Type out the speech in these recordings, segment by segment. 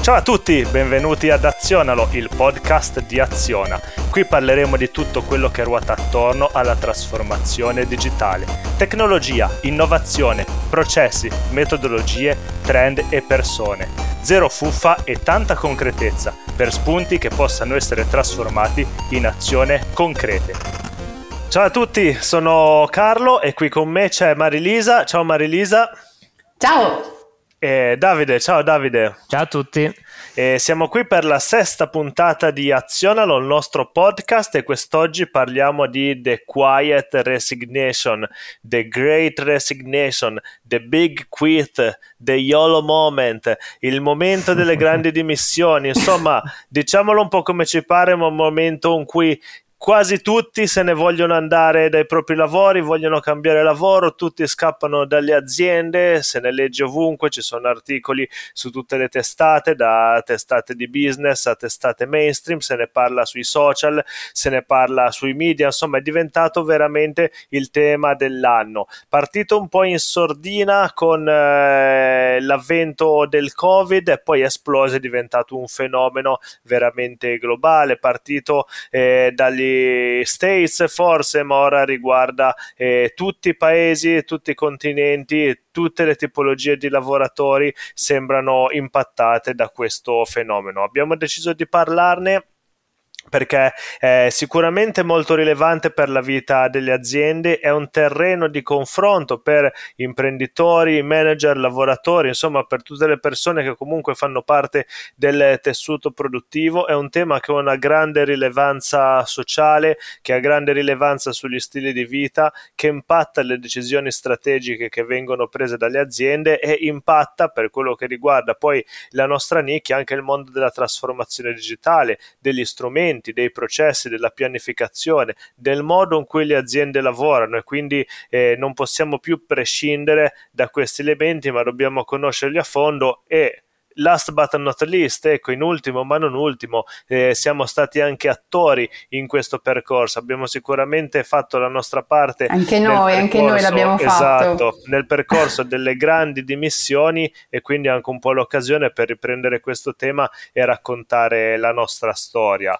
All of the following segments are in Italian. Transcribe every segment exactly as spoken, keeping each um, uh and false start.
Ciao a tutti, benvenuti ad Azionalo, il podcast di Aziona. Qui parleremo di tutto quello che ruota attorno alla trasformazione digitale. Tecnologia, innovazione, processi, metodologie, trend e persone. Zero fuffa e tanta concretezza per spunti che possano essere trasformati in azione concrete. Ciao a tutti, sono Carlo e qui con me c'è Marilisa. Ciao Marilisa. Ciao. E Davide, ciao Davide. Ciao a tutti. E siamo qui per la sesta puntata di Azionalo, il nostro podcast, e quest'oggi parliamo di The Quiet Resignation, The Great Resignation, The Big Quit, The YOLO Moment, il momento delle grandi dimissioni. Insomma, diciamolo un po' come ci pare, ma un momento in cui quasi tutti se ne vogliono andare dai propri lavori, vogliono cambiare lavoro, tutti scappano dalle aziende, se ne legge ovunque, ci sono articoli su tutte le testate, da testate di business a testate mainstream, se ne parla sui social, se ne parla sui media, insomma è diventato veramente il tema dell'anno. Partito un po' in sordina con eh, l'avvento del Covid e poi esploso, è diventato un fenomeno veramente globale, partito eh, dagli States forse, ma ora riguarda eh, tutti i paesi, tutti i continenti, tutte le tipologie di lavoratori sembrano impattate da questo fenomeno. Abbiamo deciso di parlarne perché è sicuramente molto rilevante per la vita delle aziende, è un terreno di confronto per imprenditori, manager, lavoratori, insomma per tutte le persone che comunque fanno parte del tessuto produttivo. È un tema che ha una grande rilevanza sociale, che ha grande rilevanza sugli stili di vita, che impatta le decisioni strategiche che vengono prese dalle aziende e impatta, per quello che riguarda poi la nostra nicchia, anche il mondo della trasformazione digitale, degli strumenti, dei processi, della pianificazione, del modo in cui le aziende lavorano, e quindi eh, non possiamo più prescindere da questi elementi, ma dobbiamo conoscerli a fondo. E last but not least, ecco, in ultimo ma non ultimo, eh, siamo stati anche attori in questo percorso, abbiamo sicuramente fatto la nostra parte. Anche noi, anche noi l'abbiamo esatto, fatto. Nel percorso delle grandi dimissioni, e quindi anche un po' l'occasione per riprendere questo tema e raccontare la nostra storia.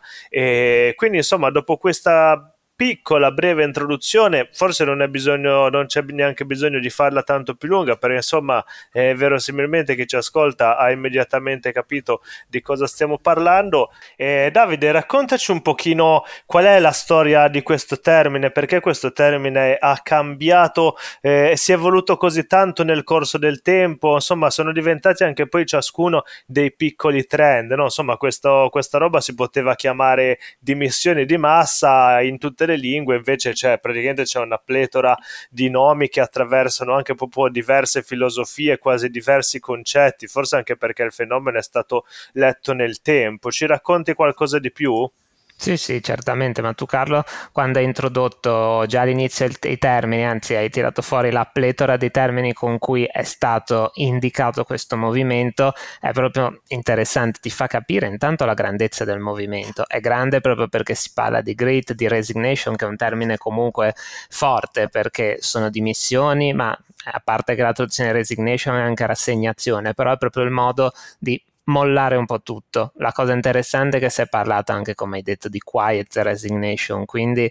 E quindi insomma, dopo questa piccola breve introduzione, forse non è bisogno, non c'è neanche bisogno di farla tanto più lunga, perché insomma eh, verosimilmente chi ci ascolta ha immediatamente capito di cosa stiamo parlando. Eh, Davide, raccontaci un pochino qual è la storia di questo termine, perché questo termine ha cambiato e eh, si è evoluto così tanto nel corso del tempo, insomma sono diventati anche poi ciascuno dei piccoli trend, no? Insomma questo, questa roba si poteva chiamare dimissioni di massa in tutte le lingue, invece c'è praticamente c'è una pletora di nomi che attraversano anche proprio diverse filosofie, quasi diversi concetti, forse anche perché il fenomeno è stato letto nel tempo. Ci racconti qualcosa di più? Sì, sì, certamente, ma tu Carlo, quando hai introdotto già all'inizio il, i termini, anzi hai tirato fuori la pletora di termini con cui è stato indicato questo movimento, è proprio interessante, ti fa capire intanto la grandezza del movimento. È grande proprio perché si parla di great, di resignation, che è un termine comunque forte, perché sono dimissioni, ma a parte che la traduzione resignation è anche rassegnazione, però è proprio il modo di mollare un po' tutto. La cosa interessante è che si è parlato anche, come hai detto, di quiet resignation, quindi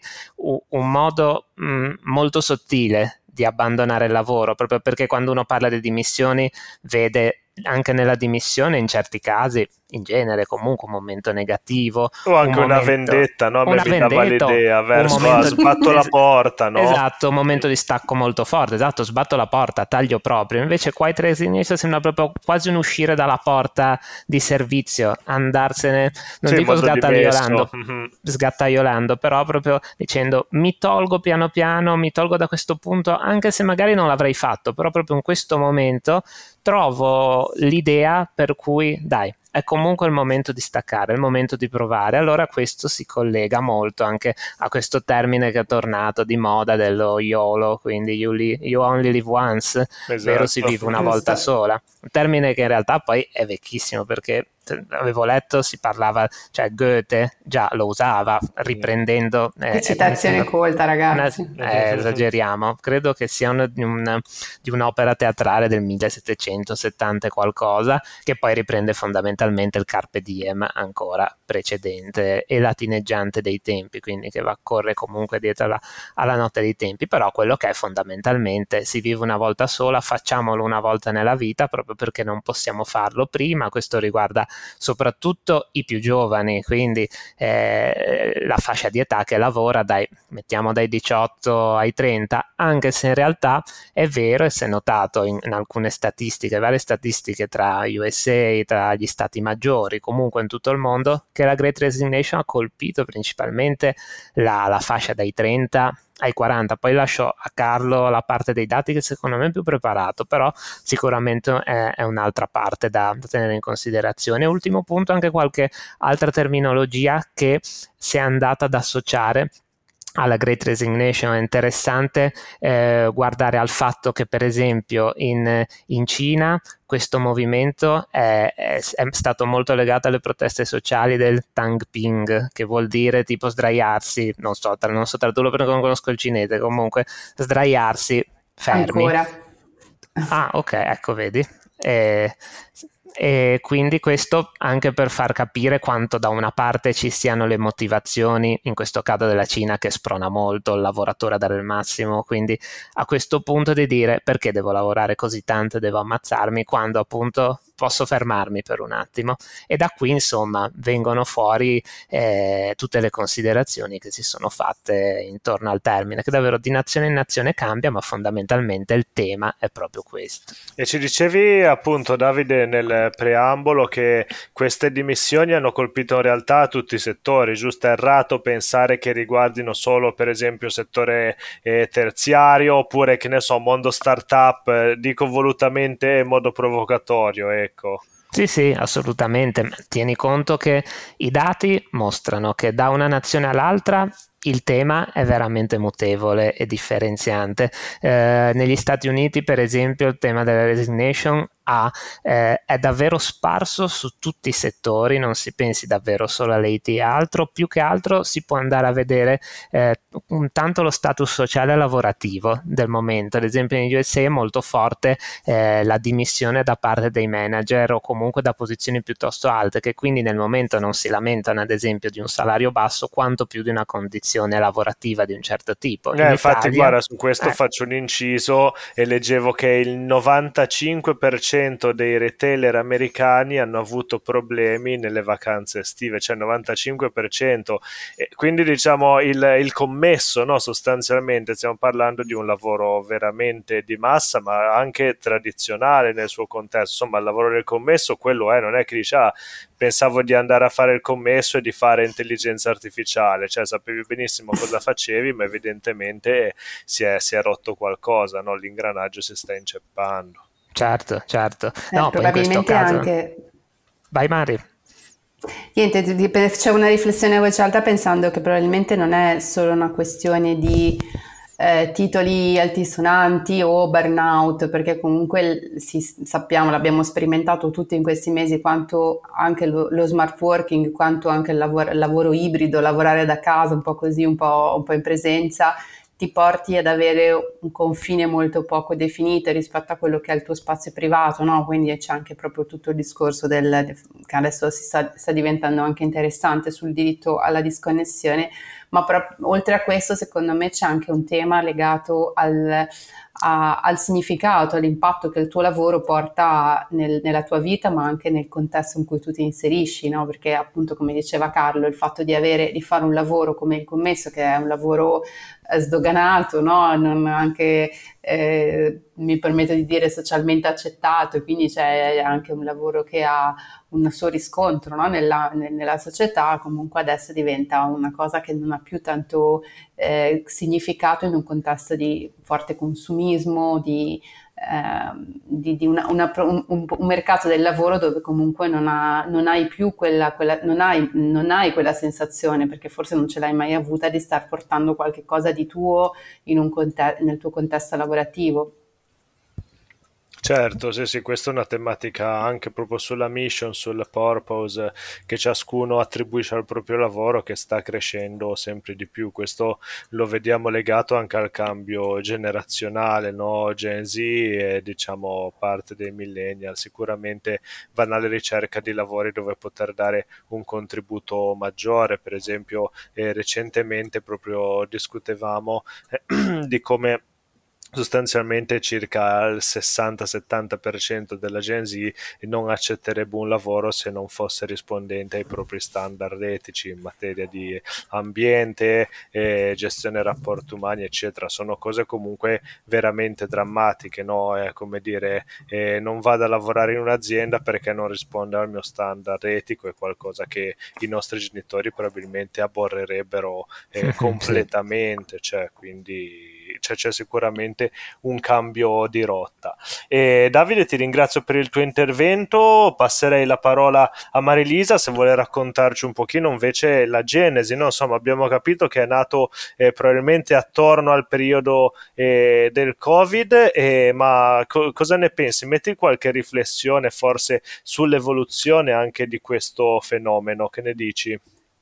un modo mh, molto sottile di abbandonare il lavoro, proprio perché quando uno parla di dimissioni vede anche nella dimissione, in certi casi, in genere comunque un momento negativo o anche un una momento, vendetta, no? Una Mi vendetta, dava l'idea verso un momento, ah, sbatto la porta, no? Esatto, un momento di stacco molto forte, esatto, sbatto la porta, taglio proprio. Invece quiet resignation sembra proprio quasi un uscire dalla porta di servizio, andarsene, non sì, dico sgattaiolando, mm-hmm. sgattaiolando, però proprio dicendo mi tolgo piano piano, mi tolgo da questo punto, anche se magari non l'avrei fatto, però proprio in questo momento trovo l'idea per cui dai, è comunque il momento di staccare, è il momento di provare. Allora questo si collega molto anche a questo termine che è tornato di moda dello YOLO, quindi you, li- you only live once, Esatto. vero, si vive una volta sola, un termine che in realtà poi è vecchissimo, perché avevo letto, si parlava, cioè Goethe già lo usava, riprendendo... Che eh, citazione eh, colta, ragazzi. una, eh, esageriamo, credo che sia una, di, una, di un'opera teatrale del millesettecentosettanta e qualcosa, che poi riprende fondamentalmente il Carpe Diem ancora precedente e latineggiante dei tempi, quindi che va, corre comunque dietro alla, alla notte dei tempi, però quello che è fondamentalmente si vive una volta sola, facciamolo una volta nella vita proprio perché non possiamo farlo prima. Questo riguarda soprattutto i più giovani, quindi eh, la fascia di età che lavora dai, mettiamo dai diciotto ai trenta, anche se in realtà è vero e si è notato in, in alcune statistiche, varie statistiche tra U S A, tra gli stati maggiori, comunque in tutto il mondo, che la Great Resignation ha colpito principalmente la, la fascia dai trenta ai quaranta. Poi lascio a Carlo la parte dei dati che secondo me è più preparato, però sicuramente è, è un'altra parte da, da tenere in considerazione. Ultimo punto, anche qualche altra terminologia che si è andata ad associare alla Great Resignation. È interessante eh, guardare al fatto che per esempio in, in Cina questo movimento è, è, è stato molto legato alle proteste sociali del Tangping, che vuol dire tipo sdraiarsi, non so, non so tradurlo perché non conosco il cinese, comunque sdraiarsi fermi. Ancora. Ah, ok, ecco, vedi. E, e quindi questo anche per far capire quanto da una parte ci siano le motivazioni, in questo caso della Cina, che sprona molto il lavoratore a dare il massimo, quindi a questo punto di dire perché devo lavorare così tanto e devo ammazzarmi quando appunto posso fermarmi per un attimo. E da qui insomma vengono fuori eh, tutte le considerazioni che si sono fatte intorno al termine, che davvero di nazione in nazione cambia, ma fondamentalmente il tema è proprio questo. E ci dicevi appunto, Davide, nel preambolo che queste dimissioni hanno colpito in realtà tutti i settori, giusto? È errato pensare che riguardino solo per esempio il settore eh, terziario, oppure che ne so, mondo startup, eh, dico volutamente in modo provocatorio, ecco. Sì, sì, assolutamente. Tieni conto che i dati mostrano che da una nazione all'altra il tema è veramente mutevole e differenziante. Eh, negli Stati Uniti, per esempio, il tema della resignation ha, eh, è davvero sparso su tutti i settori, non si pensi davvero solo all'I T e altro, più che altro si può andare a vedere eh, un tanto lo status sociale e lavorativo del momento. Ad esempio in U S A è molto forte eh, la dimissione da parte dei manager o comunque da posizioni piuttosto alte, che quindi nel momento non si lamentano ad esempio di un salario basso quanto più di una condizione lavorativa di un certo tipo. Eh, In infatti, Italia, guarda, su questo eh, faccio un inciso e leggevo che il novantacinque per cento dei retailer americani hanno avuto problemi nelle vacanze estive, cioè il novantacinque per cento. E quindi diciamo il, il commesso, no? Sostanzialmente stiamo parlando di un lavoro veramente di massa, ma anche tradizionale nel suo contesto. Insomma, il lavoro del commesso quello è, non è che dice ah, pensavo di andare a fare il commesso e di fare intelligenza artificiale, cioè sapevi benissimo cosa facevi, ma evidentemente si è, si è rotto qualcosa, no? L'ingranaggio si sta inceppando. certo, certo. Eh, No, poi in questo probabilmente caso... anche... Vai Mari. Niente, ti- ti- c'è una riflessione a voce alta pensando che probabilmente non è solo una questione di eh, titoli altisonanti o burnout, perché comunque il- si- sappiamo, l'abbiamo sperimentato tutti in questi mesi, quanto anche lo, lo smart working, quanto anche il lavoro, il lavoro ibrido, lavorare da casa, un po' così, un po', un po' in presenza, ti porti ad avere un confine molto poco definito rispetto a quello che è il tuo spazio privato, no? Quindi c'è anche proprio tutto il discorso del, che adesso si sta, sta diventando anche interessante sul diritto alla disconnessione, ma pro- oltre a questo secondo me c'è anche un tema legato al, a- al significato, all'impatto che il tuo lavoro porta nel- nella tua vita, ma anche nel contesto in cui tu ti inserisci, no? Perché appunto, come diceva Carlo, il fatto di avere, di fare un lavoro come il commesso, che è un lavoro eh, sdoganato, no? Non anche, eh, mi permetto di dire, socialmente accettato, e quindi c'è anche un lavoro che ha un suo riscontro, no? nella, nella società, comunque adesso diventa una cosa che non ha più tanto eh, significato in un contesto di forte consumismo, di, eh, di, di una, una, un, un, un mercato del lavoro dove comunque non, ha, non hai più quella, quella non, hai, non hai quella sensazione, perché forse non ce l'hai mai avuta, di star portando qualche cosa di tuo in un conte- nel tuo contesto lavorativo. Certo, sì, sì, questa è una tematica anche proprio sulla mission, sul purpose che ciascuno attribuisce al proprio lavoro, che sta crescendo sempre di più. Questo lo vediamo legato anche al cambio generazionale, no? Gen Z e diciamo parte dei millennial sicuramente vanno alla ricerca di lavori dove poter dare un contributo maggiore. Per esempio, eh, recentemente proprio discutevamo eh, di come sostanzialmente circa il sessanta settanta per cento della Gen Z non accetterebbe un lavoro se non fosse rispondente ai propri standard etici in materia di ambiente, eh, gestione dei rapporti umani, eccetera. Sono cose comunque veramente drammatiche, no? È come dire, eh, non vado a lavorare in un'azienda perché non risponde al mio standard etico, è qualcosa che i nostri genitori probabilmente aborrerebbero eh, completamente, sì. Cioè, quindi cioè, c'è sicuramente un cambio di rotta. E Davide, ti ringrazio per il tuo intervento, passerei la parola a Marilisa se vuole raccontarci un pochino invece la genesi, no? Insomma, abbiamo capito che è nato eh, probabilmente attorno al periodo eh, del Covid, eh, ma co- cosa ne pensi? Metti qualche riflessione forse sull'evoluzione anche di questo fenomeno, che ne dici?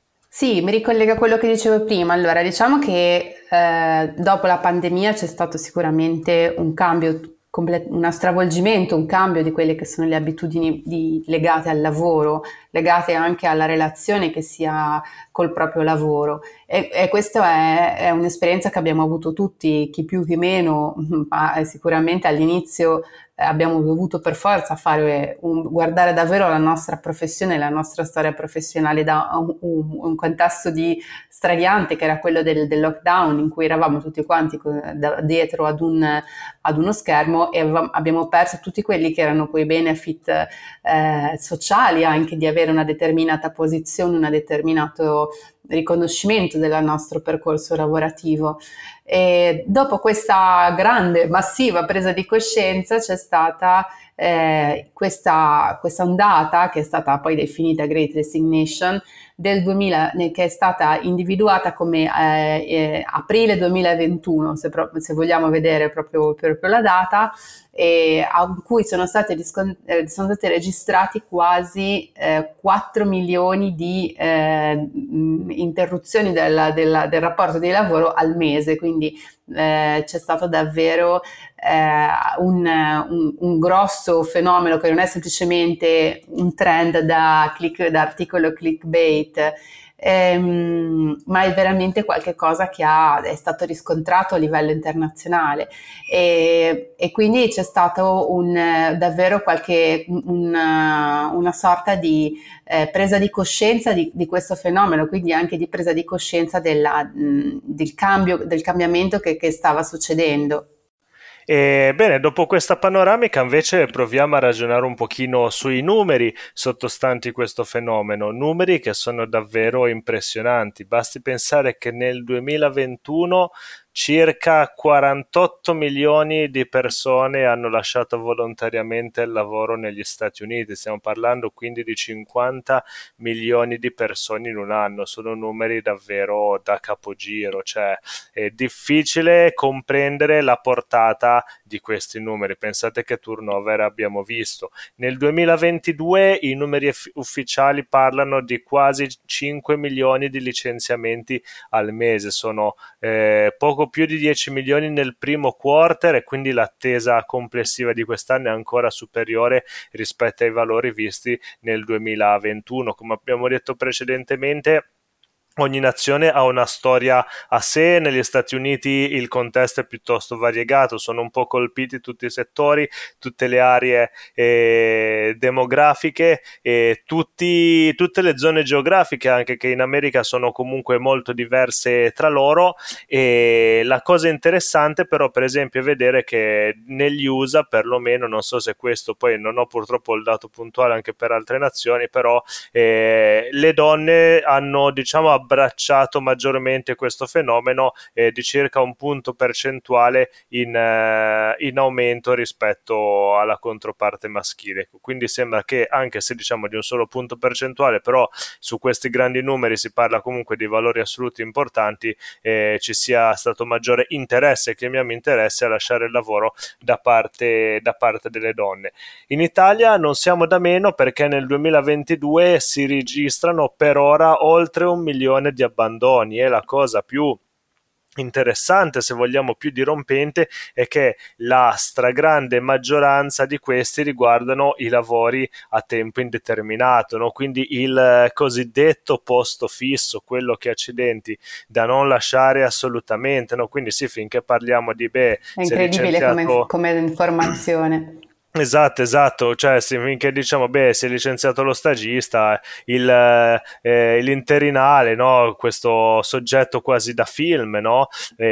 Sì, mi ricollega a quello che dicevo prima. Allora, diciamo che eh, dopo la pandemia c'è stato sicuramente un cambio, comple- uno stravolgimento, un cambio di quelle che sono le abitudini di- legate al lavoro, legate anche alla relazione che si ha col proprio lavoro. E, e questa è, è un'esperienza che abbiamo avuto tutti, chi più chi meno, ma sicuramente all'inizio eh, abbiamo dovuto per forza fare un, guardare davvero la nostra professione, la nostra storia professionale da un, un, un contesto di straniante che era quello del, del lockdown, in cui eravamo tutti quanti da, dietro ad, un, ad uno schermo e avevamo, abbiamo perso tutti quelli che erano quei benefit eh, sociali, anche di avere una determinata posizione, un determinato riconoscimento del nostro percorso lavorativo. E dopo questa grande, massiva presa di coscienza c'è stata eh, questa, questa ondata che è stata poi definita Great Resignation del duemila, che è stata individuata come eh, eh, aprile duemilaventuno, se, pro- se vogliamo vedere proprio, proprio la data, e a cui sono state, discon- eh, sono stati registrati quasi eh, quattro milioni di eh, interruzioni della, della, del rapporto di lavoro al mese, quindi eh, c'è stato davvero eh, un, un, un grosso fenomeno che non è semplicemente un trend da, click, da articolo clickbait, ehm, ma è veramente qualcosa che ha, è stato riscontrato a livello internazionale e, e quindi c'è stato un, davvero qualche, una, una sorta di eh, presa di coscienza di, di questo fenomeno, quindi anche di presa di coscienza della, mh, del cambio, del cambiamento che, che stava succedendo. E, bene, dopo questa panoramica invece proviamo a ragionare un pochino sui numeri sottostanti questo fenomeno, numeri che sono davvero impressionanti. Basti pensare che nel duemilaventuno circa quarantotto milioni di persone hanno lasciato volontariamente il lavoro negli Stati Uniti, stiamo parlando quindi di cinquanta milioni di persone in un anno, sono numeri davvero da capogiro, cioè è difficile comprendere la portata di questi numeri. Pensate che turnover abbiamo visto. Nel duemilaventidue i numeri ufficiali parlano di quasi cinque milioni di licenziamenti al mese, sono eh, poco più di dieci milioni nel primo quarter e quindi l'attesa complessiva di quest'anno è ancora superiore rispetto ai valori visti nel duemilaventuno. Come abbiamo detto precedentemente, ogni nazione ha una storia a sé, negli Stati Uniti il contesto è piuttosto variegato, sono un po' colpiti tutti i settori, tutte le aree eh, demografiche e tutti, tutte le zone geografiche anche che in America sono comunque molto diverse tra loro e la cosa interessante però per esempio è vedere che negli U S A perlomeno, non so se questo poi non ho purtroppo il dato puntuale anche per altre nazioni, però eh, le donne hanno diciamo abbracciato maggiormente questo fenomeno, eh, di circa un punto percentuale in, eh, in aumento rispetto alla controparte maschile. Quindi sembra che, anche se diciamo di un solo punto percentuale, però su questi grandi numeri si parla comunque di valori assoluti importanti, eh, ci sia stato maggiore interesse, chiamiamo interesse, a lasciare il lavoro da parte, da parte delle donne. In Italia non siamo da meno, perché nel duemilaventidue si registrano per ora oltre un milione di abbandoni, e la cosa più interessante, se vogliamo più dirompente, è che la stragrande maggioranza di questi riguardano i lavori a tempo indeterminato, no? Quindi il cosiddetto posto fisso, quello che accidenti da non lasciare assolutamente, no? Quindi sì, finché parliamo di beh, È incredibile come, come informazione. Esatto, esatto, cioè se finché diciamo beh, si è licenziato lo stagista, il, eh, l'interinale, no? Questo soggetto quasi da film, no?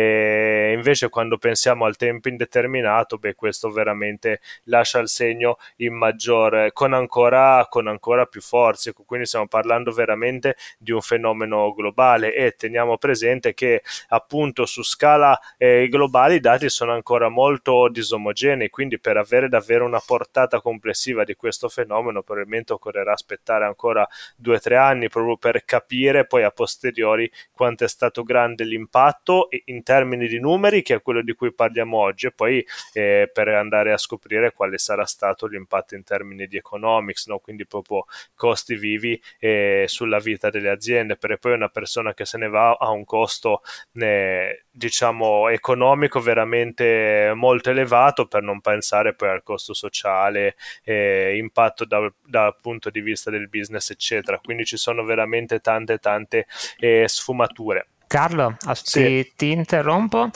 E invece quando pensiamo al tempo indeterminato, beh, questo veramente lascia il segno in maggiore, con ancora, con ancora più forza. Quindi stiamo parlando veramente di un fenomeno globale, e teniamo presente che appunto su scala eh, globale i dati sono ancora molto disomogenei, quindi per avere davvero una portata complessiva di questo fenomeno probabilmente occorrerà aspettare ancora due o tre anni, proprio per capire poi a posteriori quanto è stato grande l'impatto in termini di numeri, che è quello di cui parliamo oggi, e poi eh, per andare a scoprire quale sarà stato l'impatto in termini di economics, no? Quindi proprio costi vivi eh, sulla vita delle aziende, perché poi una persona che se ne va ha un costo eh, diciamo economico veramente molto elevato, per non pensare poi al costo sociale, eh, impatto dal, dal punto di vista del business, eccetera. Quindi ci sono veramente tante tante eh, sfumature. Carlo, sì. ti, ti interrompo,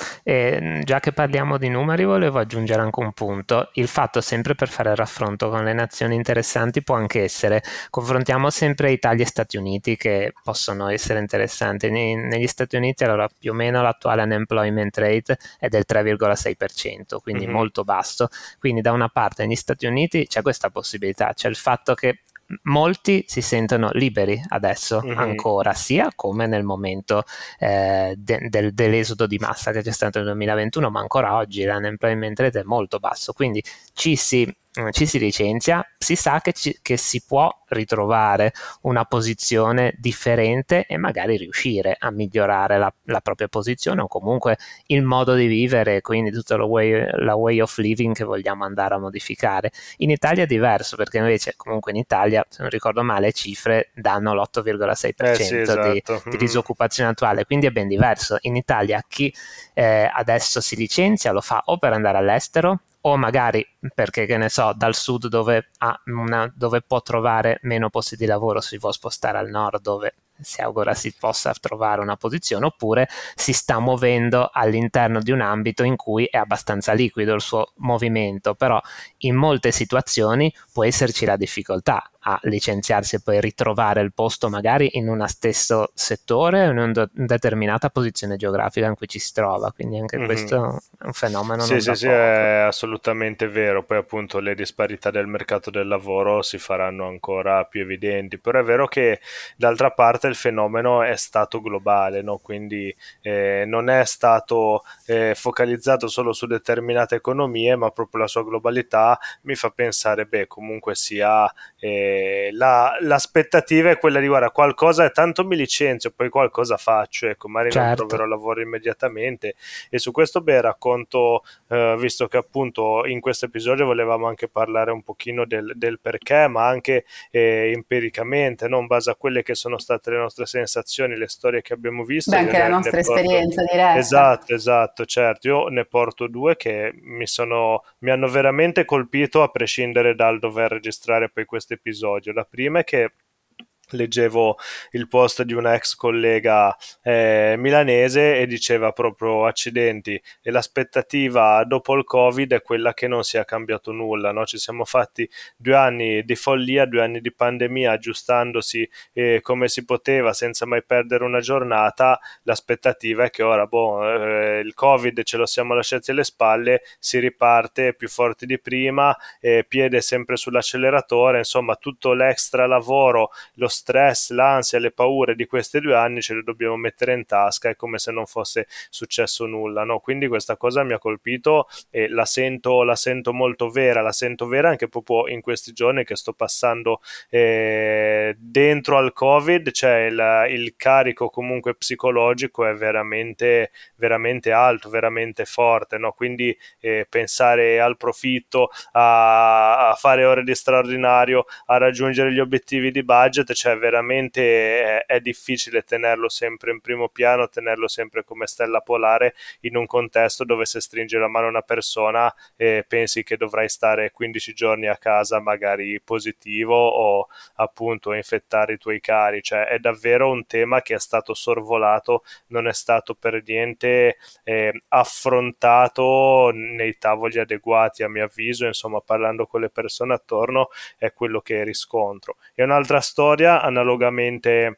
e già che parliamo di numeri volevo aggiungere anche un punto. Il fatto, sempre per fare il raffronto con le nazioni interessanti, può anche essere, confrontiamo sempre Italia e Stati Uniti, che possono essere interessanti. Negli Stati Uniti allora più o meno l'attuale unemployment rate è del tre virgola sei per cento, quindi mm-hmm. molto basso. Quindi da una parte negli Stati Uniti c'è questa possibilità, c'è il fatto che molti si sentono liberi adesso, mm-hmm. ancora, sia come nel momento eh, de- del- dell'esodo di massa che c'è stato nel duemilaventuno, ma ancora oggi l'unemployment rate è molto basso, quindi ci si ci si licenzia, si sa che, ci, che si può ritrovare una posizione differente e magari riuscire a migliorare la, la propria posizione, o comunque il modo di vivere, quindi tutta la way, la way of living che vogliamo andare a modificare. In Italia è diverso, perché invece comunque in Italia, se non ricordo male, le cifre danno l'otto virgola sei per cento eh sì, esatto. di, mm-hmm. di disoccupazione attuale, quindi è ben diverso. In Italia chi eh, adesso si licenzia lo fa o per andare all'estero, o magari perché, che ne so, dal sud dove, ha una, dove può trovare meno posti di lavoro si può spostare al nord, dove si augura si possa trovare una posizione, oppure si sta muovendo all'interno di un ambito in cui è abbastanza liquido il suo movimento, però in molte situazioni può esserci la difficoltà a licenziarsi e poi ritrovare il posto magari in uno stesso settore o in una determinata posizione geografica in cui ci si trova, quindi anche mm-hmm. questo è un fenomeno sì, non sì, da sì, poco. È assolutamente vero. Poi appunto le disparità del mercato del lavoro si faranno ancora più evidenti, però è vero che d'altra parte il fenomeno è stato globale, no? Quindi eh, non è stato eh, focalizzato solo su determinate economie, ma proprio la sua globalità mi fa pensare, beh, comunque sia eh, la, l'aspettativa è quella di guarda, qualcosa è tanto mi licenzio, poi qualcosa faccio, ecco, magari certo. non troverò lavoro immediatamente. E su questo beh racconto, eh, visto che appunto in questo episodio volevamo anche parlare un pochino del, del perché, ma anche eh, empiricamente, no? In base a quelle che sono state le nostre sensazioni, le storie che abbiamo visto. Beh, anche la nostra esperienza porto... diretta. Esatto, esatto, certo. Io ne porto due che mi sono, mi hanno veramente colpito a prescindere dal dover registrare poi questo episodio. La prima è che leggevo il post di una ex collega eh, milanese e diceva proprio accidenti, e l'aspettativa dopo il Covid è quella che non sia cambiato nulla, no? Ci siamo fatti due anni di follia, due anni di pandemia aggiustandosi eh, come si poteva senza mai perdere una giornata. L'aspettativa è che ora boh, eh, il Covid ce lo siamo lasciati alle spalle, si riparte più forti di prima, eh, piede sempre sull'acceleratore, insomma tutto l'extra lavoro, lo stress, l'ansia, le paure di questi due anni ce le dobbiamo mettere in tasca, è come se non fosse successo nulla, no? Quindi questa cosa mi ha colpito e la sento, la sento molto vera, la sento vera anche proprio in questi giorni che sto passando eh, dentro al Covid, cioè il, il carico comunque psicologico è veramente, veramente alto, veramente forte, no? Quindi eh, pensare al profitto, a, a fare ore di straordinario, a raggiungere gli obiettivi di budget, cioè veramente è, è difficile tenerlo sempre in primo piano, tenerlo sempre come stella polare in un contesto dove se stringi la mano a una persona eh, pensi che dovrai stare quindici giorni a casa magari positivo o appunto infettare i tuoi cari, cioè è davvero un tema che è stato sorvolato, non è stato per niente eh, affrontato nei tavoli adeguati a mio avviso, insomma parlando con le persone attorno è quello che riscontro. E un'altra storia analogamente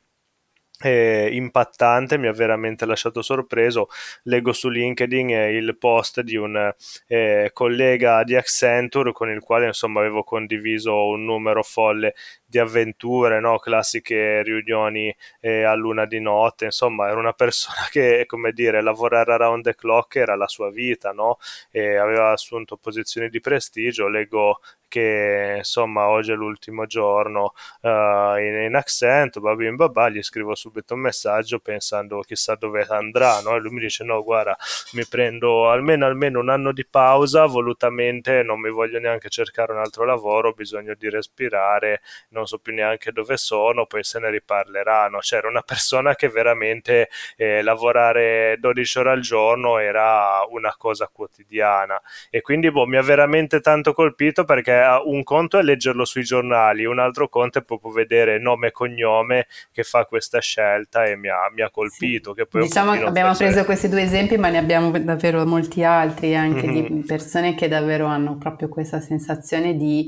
Eh, impattante, mi ha veramente lasciato sorpreso, leggo su LinkedIn eh, il post di un eh, collega di Accenture con il quale insomma avevo condiviso un numero folle di avventure, no? Classiche riunioni eh, a luna di notte, insomma era una persona che, come dire, lavorare around the clock era la sua vita, no? E aveva assunto posizioni di prestigio, leggo che insomma oggi è l'ultimo giorno uh, in, in Accent, babim babà, gli scrivo subito un messaggio pensando chissà dove andrà, no? E lui mi dice no guarda mi prendo almeno almeno un anno di pausa volutamente, non mi voglio neanche cercare un altro lavoro, ho bisogno di respirare, non so più neanche dove sono, poi se ne riparlerà, no? C'era una persona che veramente eh, lavorare dodici ore al giorno era una cosa quotidiana e quindi boh, mi ha veramente tanto colpito perché un conto è leggerlo sui giornali, un altro conto è proprio vedere nome e cognome che fa questa scelta e mi ha, mi ha colpito. Sì. Che poi Diciamo un abbiamo forse... preso questi due esempi, ma ne abbiamo davvero molti altri anche Mm-hmm. di persone che davvero hanno proprio questa sensazione di,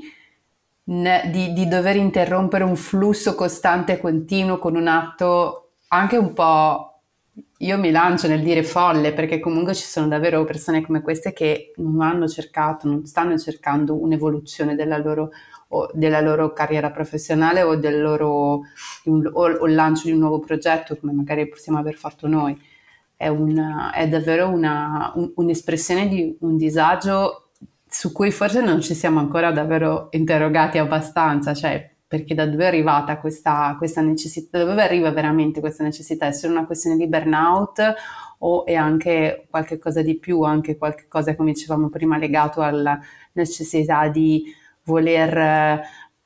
di, di dover interrompere un flusso costante e continuo con un atto anche un po'. Io mi lancio nel dire folle, perché comunque ci sono davvero persone come queste che non hanno cercato, non stanno cercando un'evoluzione della loro, o della loro carriera professionale o del loro un, o, o il lancio di un nuovo progetto, come magari possiamo aver fatto noi. È, una, è davvero una, un, un'espressione di un disagio su cui forse non ci siamo ancora davvero interrogati abbastanza, cioè perché da dove è arrivata questa, questa necessità, da dove arriva veramente questa necessità? È solo una questione di burnout o è anche qualche cosa di più, anche qualche cosa, come dicevamo prima, legato alla necessità di voler eh,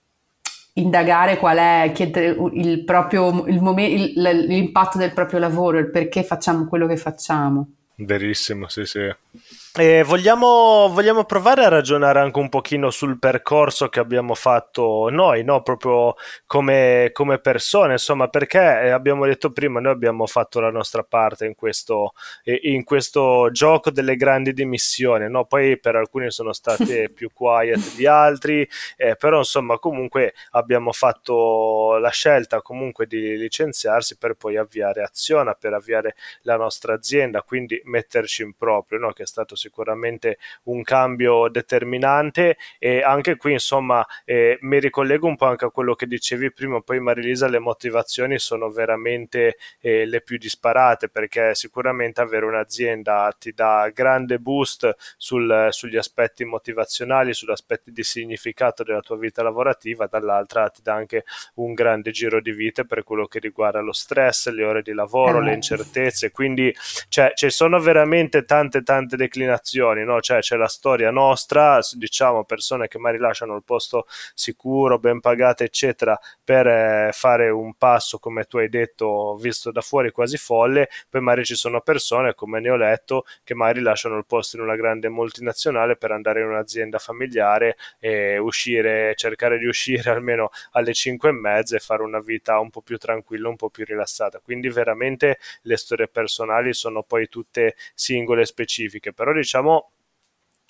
indagare qual è chiedere il proprio, il momen- il- l'impatto del proprio lavoro, il perché facciamo quello che facciamo. Verissimo, sì, sì. E vogliamo, vogliamo provare a ragionare anche un pochino sul percorso che abbiamo fatto noi, no? Proprio come, come persone, insomma, perché abbiamo detto prima, noi abbiamo fatto la nostra parte in questo, in questo gioco delle grandi dimissioni, no? Poi per alcuni sono state più quiet di altri, eh, però insomma comunque abbiamo fatto la scelta comunque di licenziarsi per poi avviare Aziona, per avviare la nostra azienda, quindi metterci in proprio, no? Che è stato sicuramente un cambio determinante e anche qui insomma eh, mi ricollego un po' anche a quello che dicevi prima, poi Marilisa, le motivazioni sono veramente eh, le più disparate perché sicuramente avere un'azienda ti dà grande boost sul, sugli aspetti motivazionali, sugli aspetti di significato della tua vita lavorativa, dall'altra ti dà anche un grande giro di vite per quello che riguarda lo stress, le ore di lavoro, eh. le incertezze, quindi cioè, ci sono veramente tante tante declinazioni, no? Cioè c'è la storia nostra, diciamo persone che magari lasciano il posto sicuro, ben pagate eccetera per eh, fare un passo come tu hai detto visto da fuori quasi folle, poi magari ci sono persone come ne ho letto che magari lasciano il posto in una grande multinazionale per andare in un'azienda familiare e uscire, cercare di uscire almeno alle cinque e mezza e fare una vita un po' più tranquilla, un po' più rilassata, quindi veramente le storie personali sono poi tutte singole e specifiche, però diciamo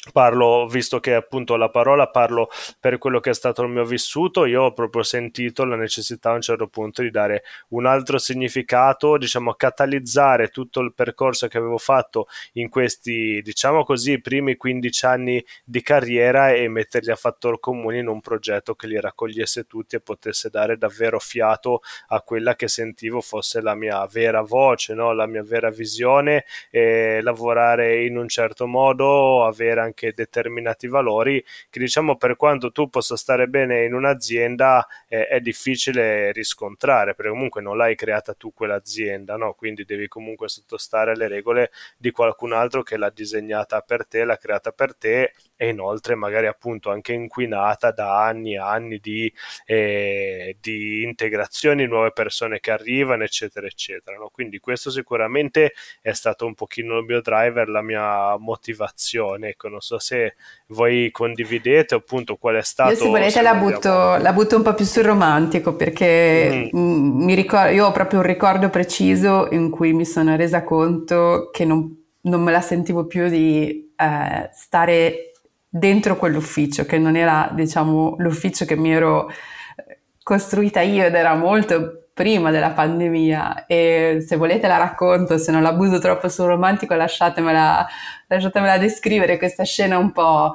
Parlo, visto che appunto la parola, parlo per quello che è stato il mio vissuto. Io ho proprio sentito la necessità a un certo punto di dare un altro significato, diciamo catalizzare tutto il percorso che avevo fatto in questi, diciamo così, primi quindici anni di carriera e metterli a fattor comune in un progetto che li raccogliesse tutti e potesse dare davvero fiato a quella che sentivo fosse la mia vera voce, no? La mia vera visione, e lavorare in un certo modo, avere anche determinati valori che, diciamo, per quanto tu possa stare bene in un'azienda, eh, è difficile riscontrare, perché comunque non l'hai creata tu quell'azienda, no? Quindi devi comunque sottostare alle regole di qualcun altro che l'ha disegnata per te, l'ha creata per te, e inoltre magari appunto anche inquinata da anni e anni di, eh, di integrazioni, nuove persone che arrivano, eccetera eccetera, no? Quindi questo sicuramente è stato un pochino il mio driver, la mia motivazione. Ecco, non so se voi condividete appunto qual è stato. Io, se volete, se la, butto, la butto un po' più sul romantico, perché mm. mi ricordo, io ho proprio un ricordo preciso in cui mi sono resa conto che non, non me la sentivo più di eh, stare dentro quell'ufficio, che non era, diciamo, l'ufficio che mi ero costruita io, ed era molto prima della pandemia. E se volete la racconto, se non la butto troppo sul romantico lasciatemela, lasciatemela descrivere questa scena un po'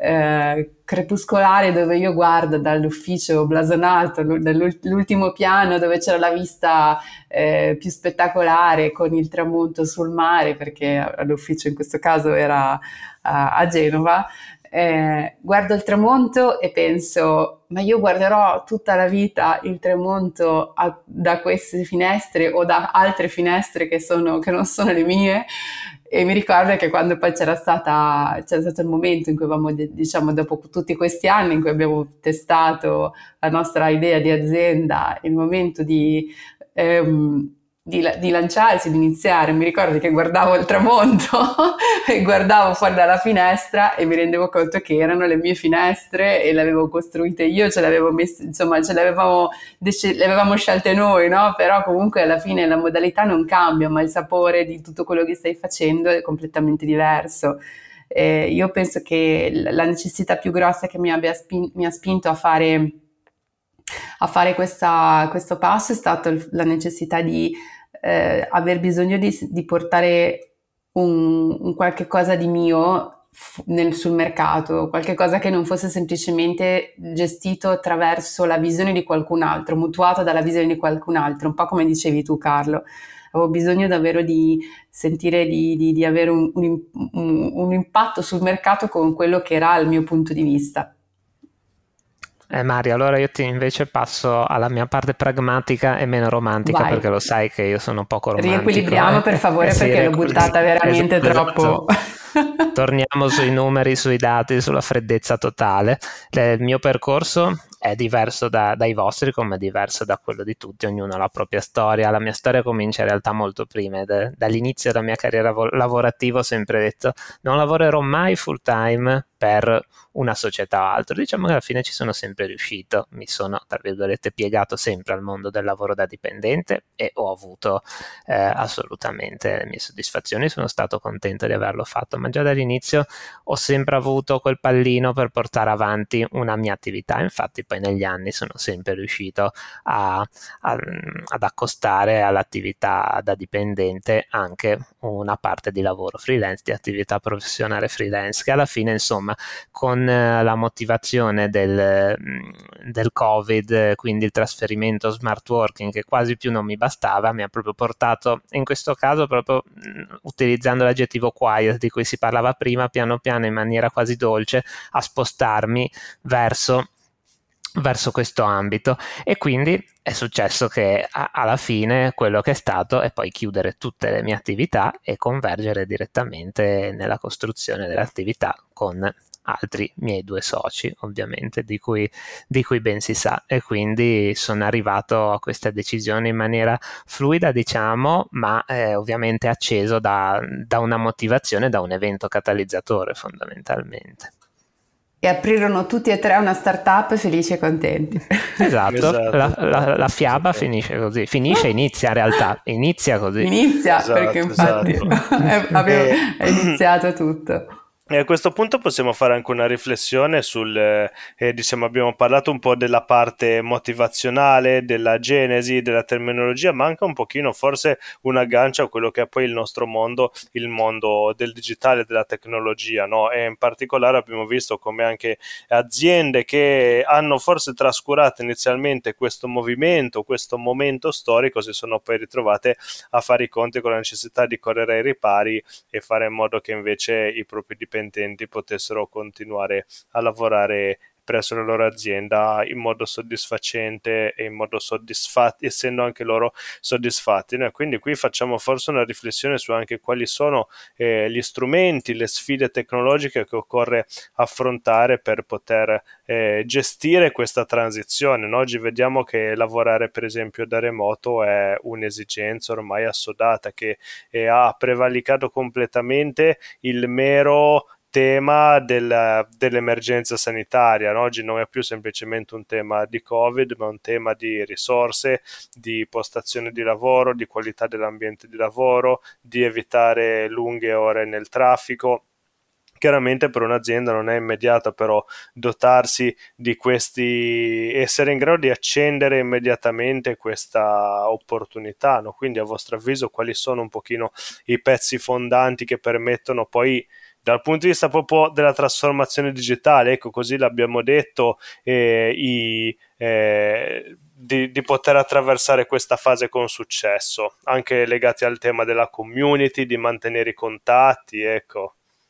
eh, crepuscolare, dove io guardo dall'ufficio blasonato, dall'ultimo piano dove c'era la vista eh, più spettacolare con il tramonto sul mare, perché l'ufficio in questo caso era uh, a Genova. Eh, guardo il tramonto e penso, ma io guarderò tutta la vita il tramonto a, da queste finestre o da altre finestre che, sono, che non sono le mie. E mi ricordo che quando poi c'era, stata, c'era stato il momento in cui avevamo, diciamo, dopo tutti questi anni in cui abbiamo testato la nostra idea di azienda, il momento di... Ehm, Di, di lanciarsi, di iniziare, mi ricordo che guardavo il tramonto e guardavo fuori dalla finestra e mi rendevo conto che erano le mie finestre e le avevo costruite io, ce le avevo messe, insomma ce le avevamo, le avevamo scelte noi, no? Però comunque alla fine la modalità non cambia, ma il sapore di tutto quello che stai facendo è completamente diverso. Eh, io penso che la necessità più grossa che mi abbia spin- mi ha spinto a fare a fare questa, questo passo è stata la necessità di eh, aver bisogno di, di portare un, un qualche cosa di mio f- nel, sul mercato, qualche cosa che non fosse semplicemente gestito attraverso la visione di qualcun altro, mutuato dalla visione di qualcun altro, un po' come dicevi tu, Carlo. Avevo bisogno davvero di sentire di, di, di avere un, un, un, un impatto sul mercato con quello che era il mio punto di vista. Eh, Mario, allora io ti invece passo alla mia parte pragmatica e meno romantica. Vai. Perché lo sai che io sono poco romantico. Riequilibriamo eh. per favore, eh, perché sì, l'ho buttata veramente esatto, troppo... Esatto. Torniamo sui numeri, sui dati, sulla freddezza totale. Il mio percorso è diverso da, dai vostri, come è diverso da quello di tutti, ognuno ha la propria storia. La mia storia comincia in realtà molto prima, da, dall'inizio della mia carriera lavorativa ho sempre detto non lavorerò mai full time per una società o altro. Diciamo che alla fine ci sono sempre riuscito, mi sono tra virgolette piegato sempre al mondo del lavoro da dipendente e ho avuto eh, assolutamente le mie soddisfazioni, sono stato contento di averlo fatto, ma già dall'inizio ho sempre avuto quel pallino per portare avanti una mia attività. Infatti poi negli anni sono sempre riuscito a, a, ad accostare all'attività da dipendente anche una parte di lavoro freelance, di attività professionale freelance, che alla fine insomma con la motivazione del, del Covid, quindi il trasferimento smart working che quasi più non mi bastava, mi ha proprio portato, in questo caso proprio utilizzando l'aggettivo quiet di cui si parlava prima, piano piano in maniera quasi dolce a spostarmi verso verso questo ambito. E quindi è successo che a, alla fine quello che è stato è poi chiudere tutte le mie attività e convergere direttamente nella costruzione dell'attività con altri miei due soci, ovviamente, di cui, di cui ben si sa, e quindi sono arrivato a questa decisione in maniera fluida, diciamo, ma eh, ovviamente acceso da, da una motivazione, da un evento catalizzatore fondamentalmente. E aprirono tutti e tre una startup felici e contenti. Esatto, esatto. La, la, la fiaba esatto. finisce così, finisce, inizia in realtà, inizia così. Inizia, esatto, perché infatti esatto. è, è iniziato tutto. E a questo punto possiamo fare anche una riflessione sul, eh, eh, diciamo, abbiamo parlato un po' della parte motivazionale, della genesi, della terminologia, ma anche un pochino forse un aggancio a quello che è poi il nostro mondo, il mondo del digitale, della tecnologia, no? E in particolare abbiamo visto come anche aziende che hanno forse trascurato inizialmente questo movimento, questo momento storico, si sono poi ritrovate a fare i conti con la necessità di correre ai ripari e fare in modo che invece i propri dipendenti potessero continuare a lavorare presso la loro azienda in modo soddisfacente e in modo soddisfatti, essendo anche loro soddisfatti. Noi quindi qui facciamo forse una riflessione su anche quali sono eh, gli strumenti, le sfide tecnologiche che occorre affrontare per poter eh, gestire questa transizione. No? Oggi vediamo che lavorare per esempio da remoto è un'esigenza ormai assodata che eh, ha prevalicato completamente il mero tema del, dell'emergenza sanitaria. No? Oggi non è più semplicemente un tema di Covid, ma un tema di risorse, di postazione di lavoro, di qualità dell'ambiente di lavoro, di evitare lunghe ore nel traffico. Chiaramente per un'azienda non è immediata però dotarsi di questi, essere in grado di accendere immediatamente questa opportunità, no? Quindi a vostro avviso quali sono un pochino i pezzi fondanti che permettono poi dal punto di vista proprio della trasformazione digitale, ecco così l'abbiamo detto, eh, i, eh, di, di poter attraversare questa fase con successo, anche legati al tema della community, di mantenere i contatti, ecco.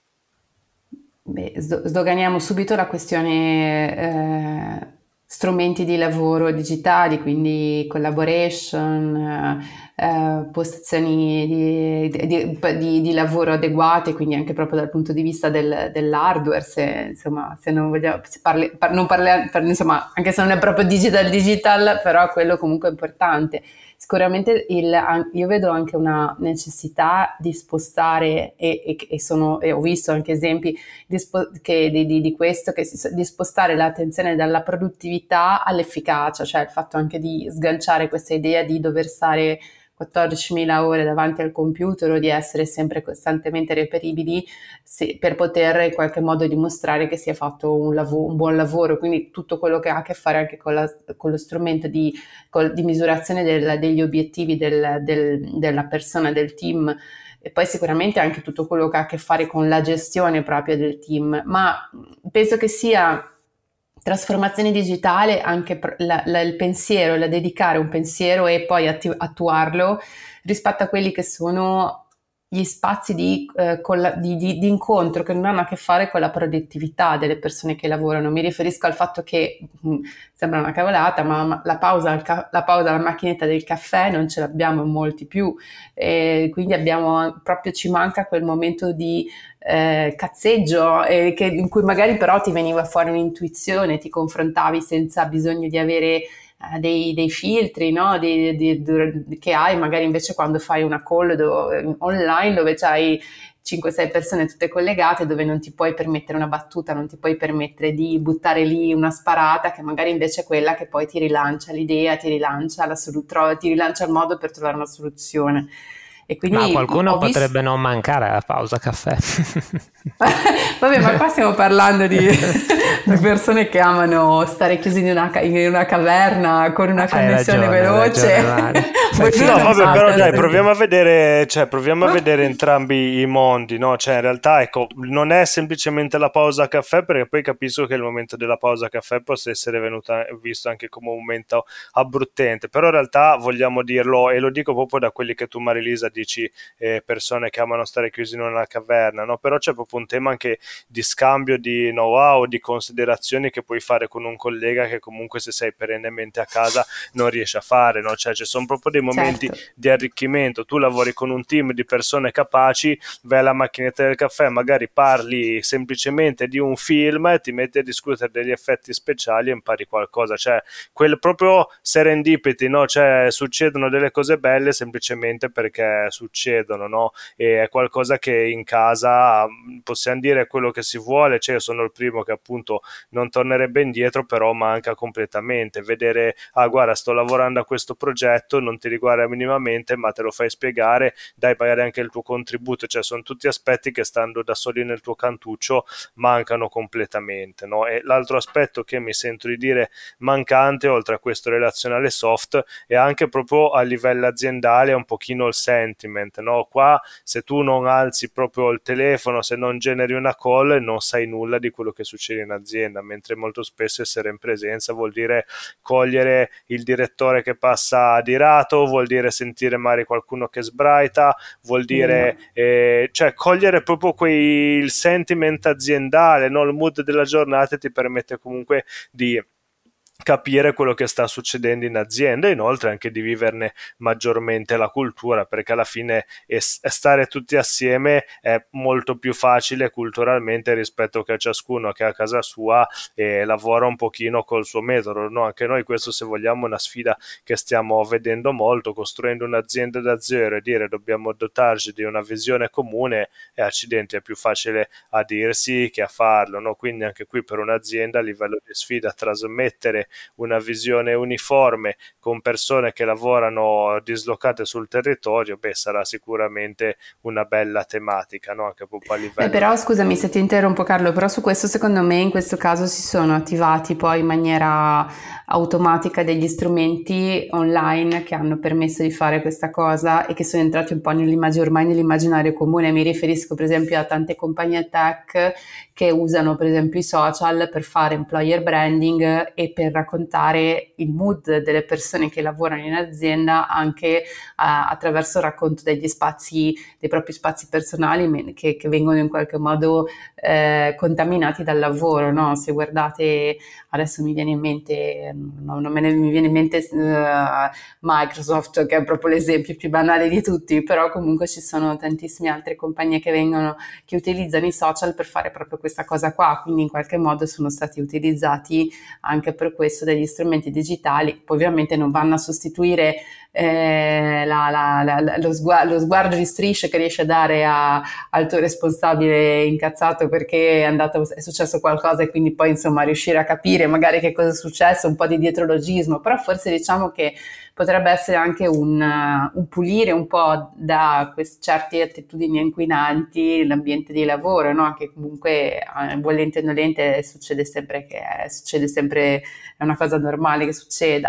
Beh, sdoganiamo subito la questione eh, strumenti di lavoro digitali, quindi collaboration, eh, eh, postazioni di, di, di, di lavoro adeguate, quindi anche proprio dal punto di vista del, dell'hardware, se, insomma, se non vogliamo, se parli, par, non parli, par, insomma, anche se non è proprio digital digital, però quello comunque è importante. Sicuramente il, io vedo anche una necessità di spostare, e, e, e, sono, e ho visto anche esempi di, che, di, di, di questo, che si, di spostare l'attenzione dalla produttività all'efficacia, cioè il fatto anche di sganciare questa idea di dover stare quattordicimila ore davanti al computer o di essere sempre costantemente reperibili se, per poter in qualche modo dimostrare che si è fatto un, lavoro, un buon lavoro, quindi tutto quello che ha a che fare anche con, la, con lo strumento di, con, di misurazione del, degli obiettivi del, del, della persona, del team, e poi sicuramente anche tutto quello che ha a che fare con la gestione proprio del team, ma penso che sia trasformazione digitale anche la, la, il pensiero, la dedicare un pensiero e poi atti- attuarlo rispetto a quelli che sono gli spazi di, eh, la, di, di, di incontro che non hanno a che fare con la produttività delle persone che lavorano. Mi riferisco al fatto che, mh, sembra una cavolata, ma la pausa, al ca- la pausa alla macchinetta del caffè non ce l'abbiamo molti più, e quindi abbiamo, proprio ci manca quel momento di eh, cazzeggio eh, che, in cui magari però ti veniva fuori un'intuizione, ti confrontavi senza bisogno di avere eh, dei, dei filtri, no? di, di, di, che hai magari invece quando fai una call do, online dove c'hai cinque sei persone tutte collegate, dove non ti puoi permettere una battuta, non ti puoi permettere di buttare lì una sparata che magari invece è quella che poi ti rilancia l'idea, ti rilancia, la solu- tro- ti rilancia il modo per trovare una soluzione. E Ma quindi qualcuno ho visto... potrebbe non mancare alla pausa caffè. Vabbè, ma qua stiamo parlando di persone che amano stare chiusi in una, ca- in una caverna con una Hai connessione ragione, hai veloce. ragione, Mari. Voi Perché... due No, non vabbè, fate però dai, questo. proviamo a vedere, cioè, proviamo a vedere entrambi i mondi, no? Cioè, in realtà, ecco, non è semplicemente la pausa caffè, perché poi capisco che il momento della pausa caffè possa essere venuta, visto anche come un momento abruttente, però in realtà vogliamo dirlo, e lo dico proprio da quelli che tu, Marilisa, dici, eh, persone che amano stare chiusi in una caverna, no? Però c'è proprio un tema anche di scambio di know-how, di considerazioni che puoi fare con un collega che comunque se sei perennemente a casa non riesci a fare, no? Cioè ci sono proprio dei momenti Certo. di arricchimento, tu lavori con un team di persone capaci, vai alla macchinetta del caffè, magari parli semplicemente di un film e ti metti a discutere degli effetti speciali e impari qualcosa, cioè quel proprio serendipity, no? Cioè succedono delle cose belle semplicemente perché succedono, no? E è qualcosa che in casa possiamo dire quello che si vuole, cioè io sono il primo che appunto non tornerebbe indietro, però manca completamente. Vedere, ah guarda, sto lavorando a questo progetto, non ti riguarda minimamente, ma te lo fai spiegare, dai magari anche il tuo contributo, cioè sono tutti aspetti che stando da soli nel tuo cantuccio mancano completamente, no? E l'altro aspetto che mi sento di dire mancante, oltre a questo relazionale soft, è anche proprio a livello aziendale un pochino il sentiment, no? Qua se tu non alzi proprio il telefono, se non generi una call, non sai nulla di quello che succede in azienda, mentre molto spesso essere in presenza vuol dire cogliere il direttore che passa di rato, vuol dire sentire magari qualcuno che sbraita, vuol dire eh, cioè cogliere proprio quei, il sentiment aziendale, no? Il mood della giornata ti permette comunque di capire quello che sta succedendo in azienda e inoltre anche di viverne maggiormente la cultura, perché alla fine stare tutti assieme è molto più facile culturalmente rispetto che a ciascuno che a casa sua e lavora un pochino col suo metodo, no? Anche noi questo, se vogliamo, è una sfida che stiamo vedendo molto, costruendo un'azienda da zero e dire dobbiamo dotarci di una visione comune, e accidenti, è più facile a dirsi che a farlo, no? Quindi anche qui per un'azienda a livello di sfida trasmettere una visione uniforme con persone che lavorano dislocate sul territorio, beh, sarà sicuramente una bella tematica, no? Anche proprio a livello... Eh, però scusami se ti interrompo Carlo, però su questo secondo me in questo caso si sono attivati poi in maniera automatica degli strumenti online che hanno permesso di fare questa cosa e che sono entrati un po' nell'immagine, ormai nell'immaginario comune. Mi riferisco per esempio a tante compagnie tech che usano per esempio i social per fare employer branding e per raccontare il mood delle persone che lavorano in azienda anche uh, attraverso il racconto degli spazi, dei propri spazi personali che, che vengono in qualche modo eh, contaminati dal lavoro, no? Se guardate, adesso mi viene in mente, no, non me ne mi viene in mente uh, Microsoft, che è proprio l'esempio più banale di tutti, però comunque ci sono tantissime altre compagnie che vengono, che utilizzano i social per fare proprio questa cosa qua, quindi in qualche modo sono stati utilizzati anche per questo degli strumenti digitali. Poi ovviamente non vanno a sostituire eh, la, la, la, lo, sguardo, lo sguardo di strisce che riesce a dare a, al tuo responsabile incazzato perché è andato, è successo qualcosa e quindi poi insomma riuscire a capire magari che cosa è successo, un po' di dietrologismo, però forse diciamo che potrebbe essere anche un, un pulire un po' da queste certe attitudini inquinanti l'ambiente di lavoro, no? Che comunque volente o nolente succede sempre, che è, succede sempre, è una cosa normale che succeda.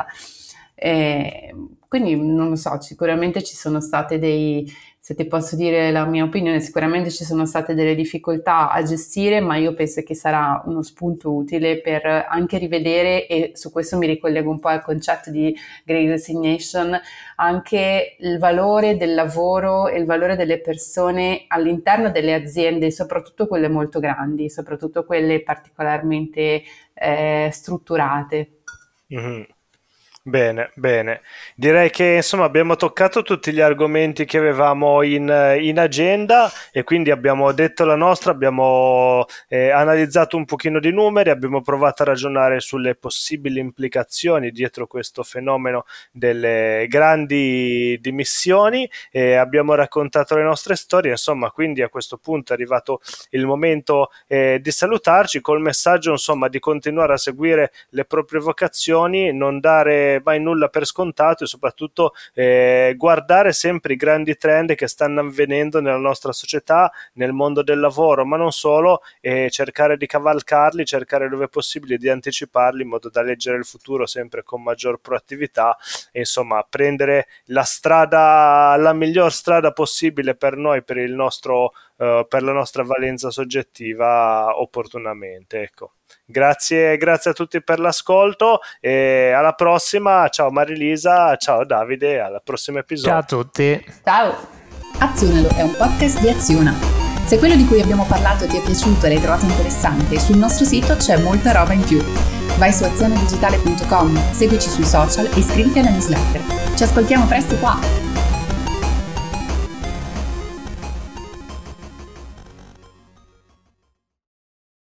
E quindi non lo so, sicuramente ci sono state dei, se ti posso dire la mia opinione, sicuramente ci sono state delle difficoltà a gestire, ma io penso che sarà uno spunto utile per anche rivedere, e su questo mi ricollego un po' al concetto di Great Resignation, anche il valore del lavoro e il valore delle persone all'interno delle aziende, soprattutto quelle molto grandi, soprattutto quelle particolarmente eh, strutturate. Mm-hmm. Bene, bene. Direi che insomma abbiamo toccato tutti gli argomenti che avevamo in, in agenda e quindi abbiamo detto la nostra, abbiamo eh, analizzato un pochino di numeri, abbiamo provato a ragionare sulle possibili implicazioni dietro questo fenomeno delle grandi dimissioni e abbiamo raccontato le nostre storie, insomma, quindi a questo punto è arrivato il momento eh, di salutarci col messaggio insomma di continuare a seguire le proprie vocazioni, non dare mai nulla per scontato e soprattutto eh, guardare sempre i grandi trend che stanno avvenendo nella nostra società, nel mondo del lavoro, ma non solo, e cercare di cavalcarli, cercare dove possibile di anticiparli in modo da leggere il futuro sempre con maggior proattività e insomma prendere la strada, la miglior strada possibile per noi, per il nostro uh, per la nostra valenza soggettiva opportunamente, ecco. Grazie, grazie a tutti per l'ascolto e alla prossima. Ciao Marilisa, ciao Davide, al prossimo episodio. Ciao a tutti. Ciao. Azionalo è un podcast di Aziona. Se quello di cui abbiamo parlato ti è piaciuto e l'hai trovato interessante, sul nostro sito c'è molta roba in più. Vai su azione digitale punto com, seguici sui social e iscriviti alla newsletter. Ci ascoltiamo presto qua!